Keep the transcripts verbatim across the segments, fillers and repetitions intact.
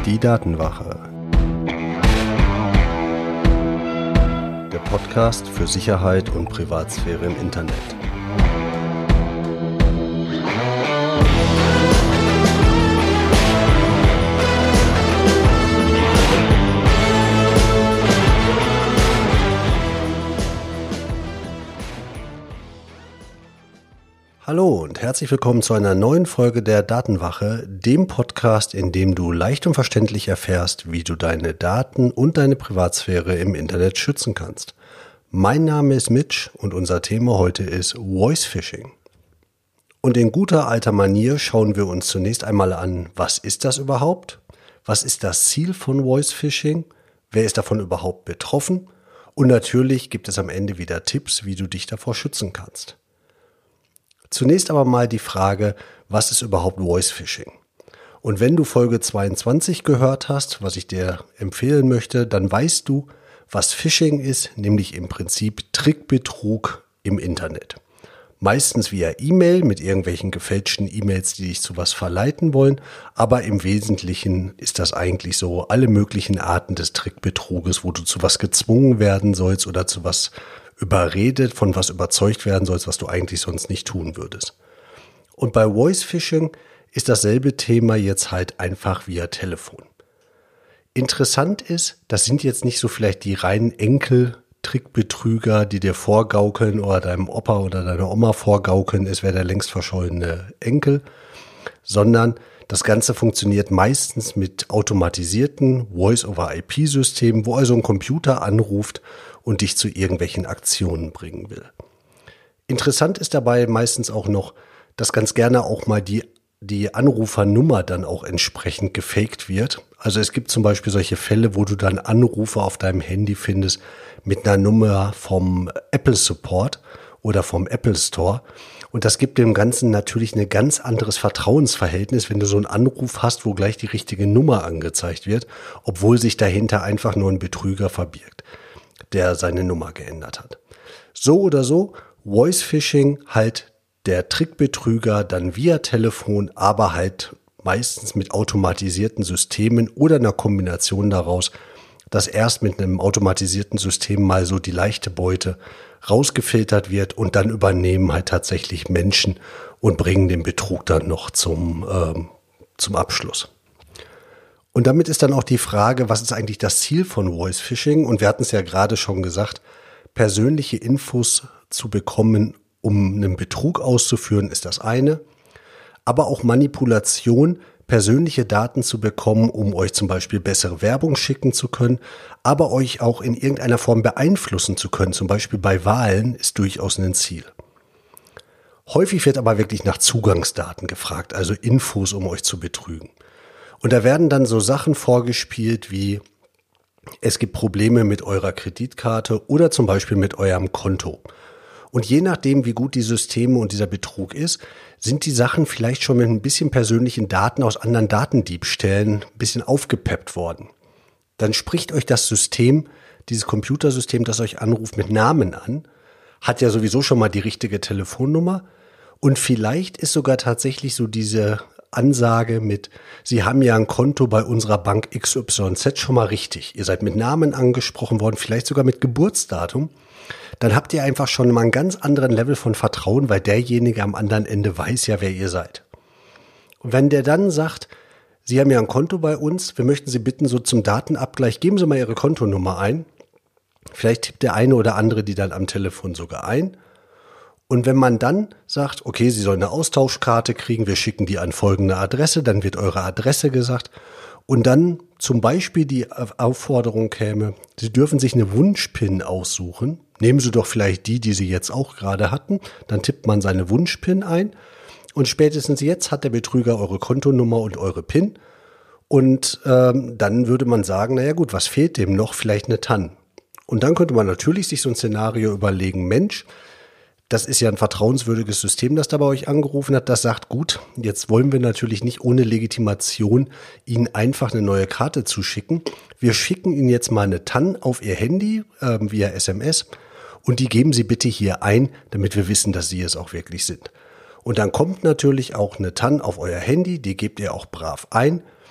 Die Datenwache. Der Podcast für Sicherheit und Privatsphäre im Internet. Hallo und herzlich willkommen zu einer neuen Folge der Datenwache, dem Podcast, in dem du leicht und verständlich erfährst, wie du deine Daten und deine Privatsphäre im Internet schützen kannst. Mein Name ist Mitch und unser Thema heute ist Voice Phishing. Und in guter alter Manier schauen wir uns zunächst einmal an, was ist das überhaupt? Was ist das Ziel von Voice Phishing? Wer ist davon überhaupt betroffen? Und natürlich gibt es am Ende wieder Tipps, wie du dich davor schützen kannst. Zunächst aber mal die Frage, was ist überhaupt Voice Phishing? Und wenn du Folge zweiundzwanzig gehört hast, was ich dir empfehlen möchte, dann weißt du, was Phishing ist, nämlich im Prinzip Trickbetrug im Internet. Meistens via E-Mail mit irgendwelchen gefälschten E-Mails, die dich zu was verleiten wollen, aber im Wesentlichen ist das eigentlich so alle möglichen Arten des Trickbetruges, wo du zu was gezwungen werden sollst oder zu was überredet, von was überzeugt werden sollst, was du eigentlich sonst nicht tun würdest. Und bei Voice Phishing ist dasselbe Thema jetzt halt einfach via Telefon. Interessant ist, das sind jetzt nicht so vielleicht die reinen Enkel-Trickbetrüger, die dir vorgaukeln oder deinem Opa oder deiner Oma vorgaukeln, es wäre der längst verschollene Enkel, sondern das Ganze funktioniert meistens mit automatisierten Voice-over-I P-Systemen, wo also ein Computer anruft und dich zu irgendwelchen Aktionen bringen will. Interessant ist dabei meistens auch noch, dass ganz gerne auch mal die, die Anrufernummer dann auch entsprechend gefaked wird. Also es gibt zum Beispiel solche Fälle, wo du dann Anrufe auf deinem Handy findest mit einer Nummer vom Apple Support oder vom Apple Store. Und das gibt dem Ganzen natürlich ein ganz anderes Vertrauensverhältnis, wenn du so einen Anruf hast, wo gleich die richtige Nummer angezeigt wird, obwohl sich dahinter einfach nur ein Betrüger verbirgt, der seine Nummer geändert hat. So oder so, Voice Phishing halt der Trickbetrüger dann via Telefon, aber halt meistens mit automatisierten Systemen oder einer Kombination daraus, dass erst mit einem automatisierten System mal so die leichte Beute rausgefiltert wird und dann übernehmen halt tatsächlich Menschen und bringen den Betrug dann noch zum, ähm, zum Abschluss. Und damit ist dann auch die Frage, was ist eigentlich das Ziel von Voice Phishing? Und wir hatten es ja gerade schon gesagt, persönliche Infos zu bekommen, um einen Betrug auszuführen, ist das eine. Aber auch Manipulation, persönliche Daten zu bekommen, um euch zum Beispiel bessere Werbung schicken zu können, aber euch auch in irgendeiner Form beeinflussen zu können, zum Beispiel bei Wahlen, ist durchaus ein Ziel. Häufig wird aber wirklich nach Zugangsdaten gefragt, also Infos, um euch zu betrügen. Und da werden dann so Sachen vorgespielt wie, es gibt Probleme mit eurer Kreditkarte oder zum Beispiel mit eurem Konto. Und je nachdem, wie gut die Systeme und dieser Betrug ist, sind die Sachen vielleicht schon mit ein bisschen persönlichen Daten aus anderen Datendiebstählen ein bisschen aufgepeppt worden. Dann spricht euch das System, dieses Computersystem, das euch anruft, mit Namen an, hat ja sowieso schon mal die richtige Telefonnummer und vielleicht ist sogar tatsächlich so diese Ansage mit, Sie haben ja ein Konto bei unserer Bank X Y Z schon mal richtig. Ihr seid mit Namen angesprochen worden, vielleicht sogar mit Geburtsdatum. Dann habt ihr einfach schon mal einen ganz anderen Level von Vertrauen, weil derjenige am anderen Ende weiß ja, wer ihr seid. Und wenn der dann sagt, Sie haben ja ein Konto bei uns, wir möchten Sie bitten, so zum Datenabgleich, geben Sie mal Ihre Kontonummer ein. Vielleicht tippt der eine oder andere die dann am Telefon sogar ein. Und wenn man dann sagt, okay, Sie sollen eine Austauschkarte kriegen, wir schicken die an folgende Adresse, dann wird eure Adresse gesagt und dann zum Beispiel die Aufforderung käme, Sie dürfen sich eine Wunschpin aussuchen, nehmen Sie doch vielleicht die, die Sie jetzt auch gerade hatten, dann tippt man seine Wunschpin ein und spätestens jetzt hat der Betrüger eure Kontonummer und eure Pin und ähm, dann würde man sagen, naja gut, was fehlt dem noch? Vielleicht eine T A N. Und dann könnte man natürlich sich so ein Szenario überlegen, Mensch, das ist ja ein vertrauenswürdiges System, das da bei euch angerufen hat, das sagt, gut, jetzt wollen wir natürlich nicht ohne Legitimation Ihnen einfach eine neue Karte zuschicken. Wir schicken Ihnen jetzt mal eine T A N auf Ihr Handy äh, via S M S und die geben Sie bitte hier ein, damit wir wissen, dass Sie es auch wirklich sind. Und dann kommt natürlich auch eine T A N auf euer Handy, die gebt ihr auch brav ein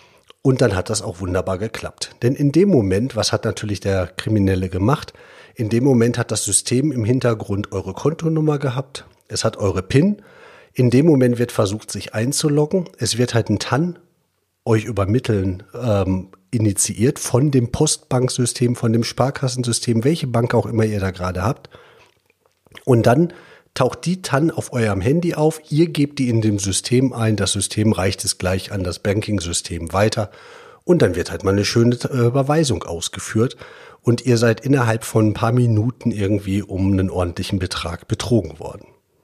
Und dann hat das auch wunderbar geklappt. Denn in dem Moment, was hat natürlich der Kriminelle gemacht? In dem Moment hat das System im Hintergrund eure Kontonummer gehabt. Es hat eure PIN. In dem Moment wird versucht, sich einzuloggen. Es wird halt ein T A N euch übermitteln, ähm, initiiert von dem Postbanksystem, von dem Sparkassensystem, welche Bank auch immer ihr da gerade habt. Und dann taucht die T A N auf eurem Handy auf, ihr gebt die in dem System ein, das System reicht es gleich an das Banking-System weiter und dann wird halt mal eine schöne Überweisung ausgeführt und ihr seid innerhalb von ein paar Minuten irgendwie um einen ordentlichen Betrag betrogen worden.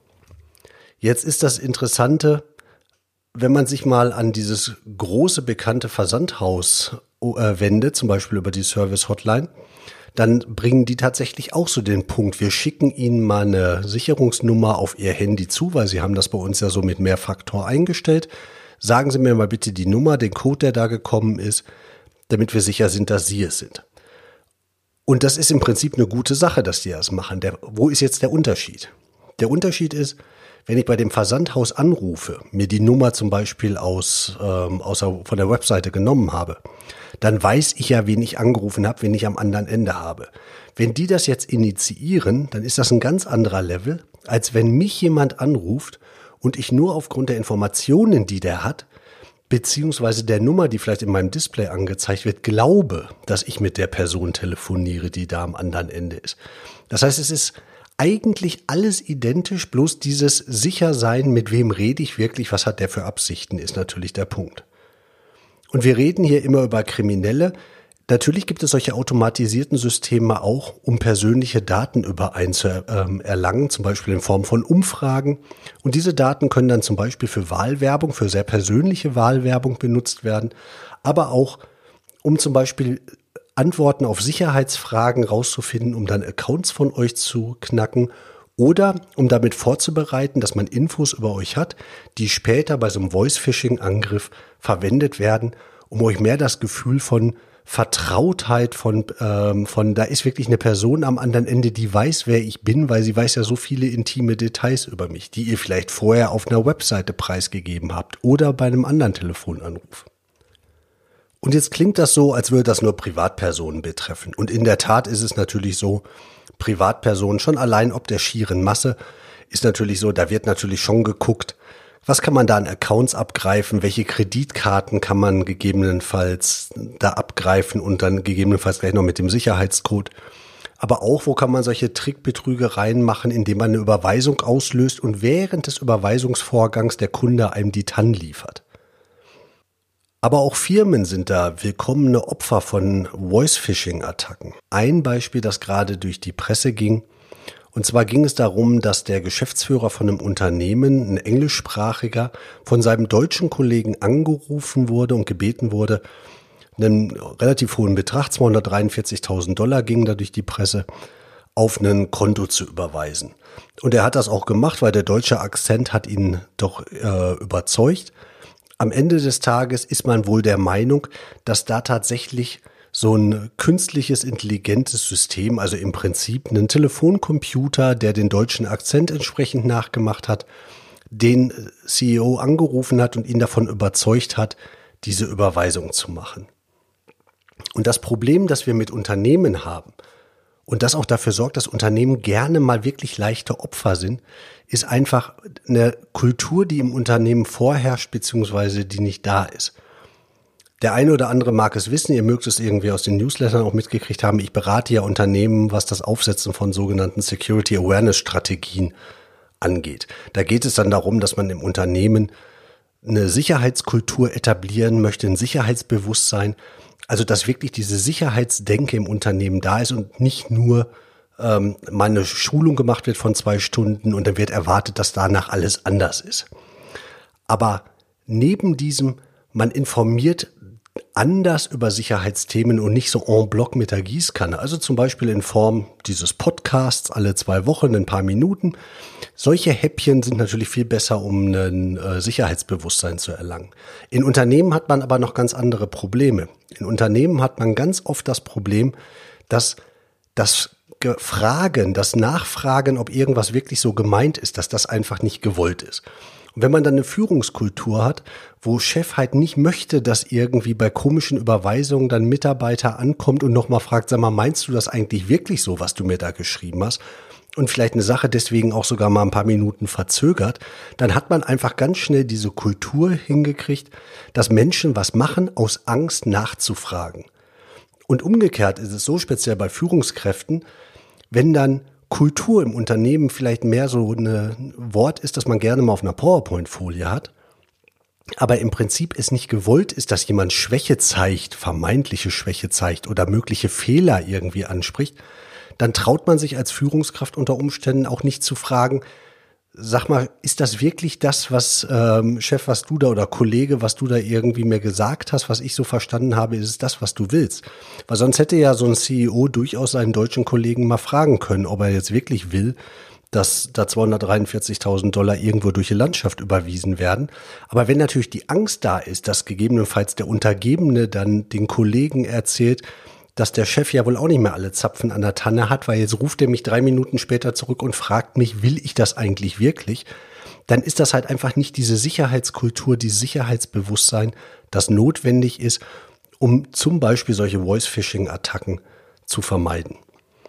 Jetzt ist das Interessante, wenn man sich mal an dieses große bekannte Versandhaus äh, wendet, zum Beispiel über die Service-Hotline, dann bringen die tatsächlich auch so den Punkt, wir schicken ihnen mal eine Sicherungsnummer auf ihr Handy zu, weil sie haben das bei uns ja so mit Mehrfaktor eingestellt. Sagen Sie mir mal bitte die Nummer, den Code, der da gekommen ist, damit wir sicher sind, dass Sie es sind. Und das ist im Prinzip eine gute Sache, dass die das machen. Der, wo ist jetzt der Unterschied? Der Unterschied ist, wenn ich bei dem Versandhaus anrufe, mir die Nummer zum Beispiel aus, ähm, aus der, von der Webseite genommen habe, dann weiß ich ja, wen ich angerufen habe, wen ich am anderen Ende habe. Wenn die das jetzt initiieren, dann ist das ein ganz anderer Level, als wenn mich jemand anruft und ich nur aufgrund der Informationen, die der hat, beziehungsweise der Nummer, die vielleicht in meinem Display angezeigt wird, glaube, dass ich mit der Person telefoniere, die da am anderen Ende ist. Das heißt, es ist eigentlich alles identisch, bloß dieses Sichersein, mit wem rede ich wirklich, was hat der für Absichten, ist natürlich der Punkt. Und wir reden hier immer über Kriminelle. Natürlich gibt es solche automatisierten Systeme auch, um persönliche Daten überein zu äh, erlangen, zum Beispiel in Form von Umfragen. Und diese Daten können dann zum Beispiel für Wahlwerbung, für sehr persönliche Wahlwerbung benutzt werden, aber auch, um zum Beispiel Antworten auf Sicherheitsfragen rauszufinden, um dann Accounts von euch zu knacken oder um damit vorzubereiten, dass man Infos über euch hat, die später bei so einem Voice-Phishing-Angriff verwendet werden, um euch mehr das Gefühl von Vertrautheit, von, ähm, von da ist wirklich eine Person am anderen Ende, die weiß, wer ich bin, weil sie weiß ja so viele intime Details über mich, die ihr vielleicht vorher auf einer Webseite preisgegeben habt oder bei einem anderen Telefonanruf. Und jetzt klingt das so, als würde das nur Privatpersonen betreffen. Und in der Tat ist es natürlich so, Privatpersonen, schon allein ob der schieren Masse, ist natürlich so, da wird natürlich schon geguckt, was kann man da an Accounts abgreifen, welche Kreditkarten kann man gegebenenfalls da abgreifen und dann gegebenenfalls gleich noch mit dem Sicherheitscode. Aber auch, wo kann man solche Trickbetrügereien machen, indem man eine Überweisung auslöst und während des Überweisungsvorgangs der Kunde einem die T A N liefert. Aber auch Firmen sind da willkommene Opfer von Voice-Phishing-Attacken. Ein Beispiel, das gerade durch die Presse ging, und zwar ging es darum, dass der Geschäftsführer von einem Unternehmen, ein englischsprachiger, von seinem deutschen Kollegen angerufen wurde und gebeten wurde, einen relativ hohen Betrag, zweihundertdreiundvierzigtausend Dollar ging da durch die Presse, auf ein Konto zu überweisen. Und er hat das auch gemacht, weil der deutsche Akzent hat ihn doch äh, überzeugt. Am Ende des Tages ist man wohl der Meinung, dass da tatsächlich so ein künstliches, intelligentes System, also im Prinzip ein Telefoncomputer, der den deutschen Akzent entsprechend nachgemacht hat, den C E O angerufen hat und ihn davon überzeugt hat, diese Überweisung zu machen. Und das Problem, das wir mit Unternehmen haben, und das auch dafür sorgt, dass Unternehmen gerne mal wirklich leichte Opfer sind, ist einfach eine Kultur, die im Unternehmen vorherrscht, beziehungsweise die nicht da ist. Der eine oder andere mag es wissen, ihr mögt es irgendwie aus den Newslettern auch mitgekriegt haben, ich berate ja Unternehmen, was das Aufsetzen von sogenannten Security Awareness Strategien angeht. Da geht es dann darum, dass man im Unternehmen eine Sicherheitskultur etablieren möchte, ein Sicherheitsbewusstsein, also dass wirklich diese Sicherheitsdenke im Unternehmen da ist und nicht nur ähm, mal eine Schulung gemacht wird von zwei Stunden und dann wird erwartet, dass danach alles anders ist. Aber neben diesem, man informiert anders über Sicherheitsthemen und nicht so en bloc mit der Gießkanne. Also zum Beispiel in Form dieses Podcasts alle zwei Wochen, ein paar Minuten. Solche Häppchen sind natürlich viel besser, um ein äh, Sicherheitsbewusstsein zu erlangen. In Unternehmen hat man aber noch ganz andere Probleme. In Unternehmen hat man ganz oft das Problem, dass das Fragen, das Nachfragen, ob irgendwas wirklich so gemeint ist, dass das einfach nicht gewollt ist. Wenn man dann eine Führungskultur hat, wo Chef halt nicht möchte, dass irgendwie bei komischen Überweisungen dann Mitarbeiter ankommt und nochmal fragt, sag mal, meinst du das eigentlich wirklich so, was du mir da geschrieben hast? Und vielleicht eine Sache deswegen auch sogar mal ein paar Minuten verzögert, dann hat man einfach ganz schnell diese Kultur hingekriegt, dass Menschen was machen, aus Angst nachzufragen. Und umgekehrt ist es so, speziell bei Führungskräften, wenn dann Kultur im Unternehmen vielleicht mehr so ein Wort ist, das man gerne mal auf einer PowerPoint-Folie hat, aber im Prinzip es nicht gewollt ist, dass jemand Schwäche zeigt, vermeintliche Schwäche zeigt oder mögliche Fehler irgendwie anspricht, dann traut man sich als Führungskraft unter Umständen auch nicht zu fragen, sag mal, ist das wirklich das, was ähm, Chef, was du da oder Kollege, was du da irgendwie mir gesagt hast, was ich so verstanden habe, ist es das, was du willst? Weil sonst hätte ja so ein C E O durchaus seinen deutschen Kollegen mal fragen können, ob er jetzt wirklich will, dass da zweihundertdreiundvierzigtausend Dollar irgendwo durch die Landschaft überwiesen werden. Aber wenn natürlich die Angst da ist, dass gegebenenfalls der Untergebene dann den Kollegen erzählt, dass der Chef ja wohl auch nicht mehr alle Zapfen an der Tanne hat, weil jetzt ruft er mich drei Minuten später zurück und fragt mich, will ich das eigentlich wirklich? Dann ist das halt einfach nicht diese Sicherheitskultur, dieses Sicherheitsbewusstsein, das notwendig ist, um zum Beispiel solche Voice-Phishing-Attacken zu vermeiden.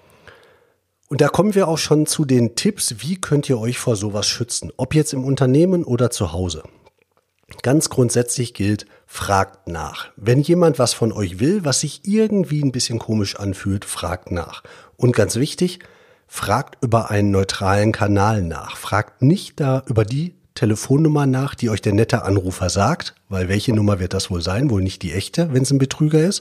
Und da kommen wir auch schon zu den Tipps, wie könnt ihr euch vor sowas schützen, ob jetzt im Unternehmen oder zu Hause. Ganz grundsätzlich gilt, fragt nach. Wenn jemand was von euch will, was sich irgendwie ein bisschen komisch anfühlt, fragt nach. Und ganz wichtig, fragt über einen neutralen Kanal nach. Fragt nicht da über die Telefonnummer nach, die euch der nette Anrufer sagt, weil welche Nummer wird das wohl sein? Wohl nicht die echte, wenn es ein Betrüger ist.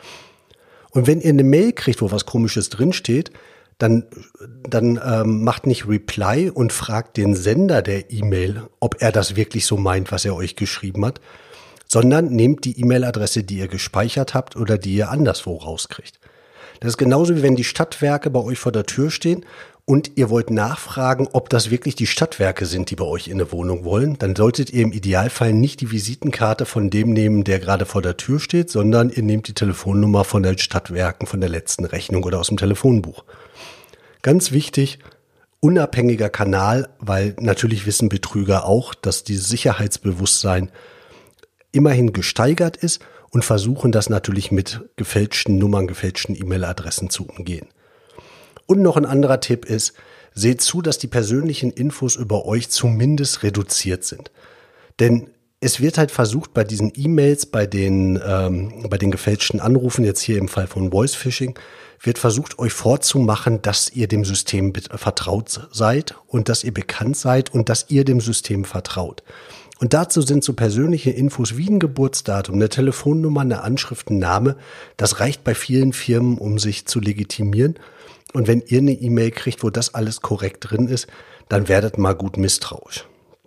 Und wenn ihr eine Mail kriegt, wo was Komisches drinsteht, dann, dann ähm, macht nicht Reply und fragt den Sender der E-Mail, ob er das wirklich so meint, was er euch geschrieben hat, sondern nehmt die E-Mail-Adresse, die ihr gespeichert habt oder die ihr anderswo rauskriegt. Das ist genauso wie wenn die Stadtwerke bei euch vor der Tür stehen und ihr wollt nachfragen, ob das wirklich die Stadtwerke sind, die bei euch in der Wohnung wollen. Dann solltet ihr im Idealfall nicht die Visitenkarte von dem nehmen, der gerade vor der Tür steht, sondern ihr nehmt die Telefonnummer von den Stadtwerken, von der letzten Rechnung oder aus dem Telefonbuch. Ganz wichtig, unabhängiger Kanal, weil natürlich wissen Betrüger auch, dass dieses Sicherheitsbewusstsein immerhin gesteigert ist und versuchen das natürlich mit gefälschten Nummern, gefälschten E-Mail-Adressen zu umgehen. Und noch ein anderer Tipp ist, seht zu, dass die persönlichen Infos über euch zumindest reduziert sind. Denn es wird halt versucht, bei diesen E-Mails, bei den, ähm, bei den gefälschten Anrufen, jetzt hier im Fall von Voice Phishing, wird versucht, euch vorzumachen, dass ihr dem System vertraut seid und dass ihr bekannt seid und dass ihr dem System vertraut. Und dazu sind so persönliche Infos wie ein Geburtsdatum, eine Telefonnummer, eine Anschrift, ein Name. Das reicht bei vielen Firmen, um sich zu legitimieren. Und wenn ihr eine E-Mail kriegt, wo das alles korrekt drin ist, dann werdet mal gut misstrauisch.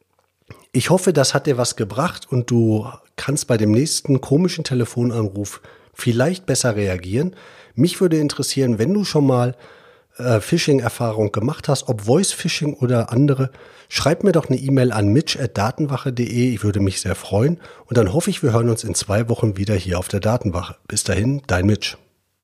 Ich hoffe, das hat dir was gebracht und du kannst bei dem nächsten komischen Telefonanruf vielleicht besser reagieren. Mich würde interessieren, wenn du schon mal äh, Phishing-Erfahrung gemacht hast, ob Voice-Phishing oder andere, schreib mir doch eine E-Mail an mitch at datenwache punkt de. Ich würde mich sehr freuen. Und dann hoffe ich, wir hören uns in zwei Wochen wieder hier auf der Datenwache. Bis dahin, dein Mitch.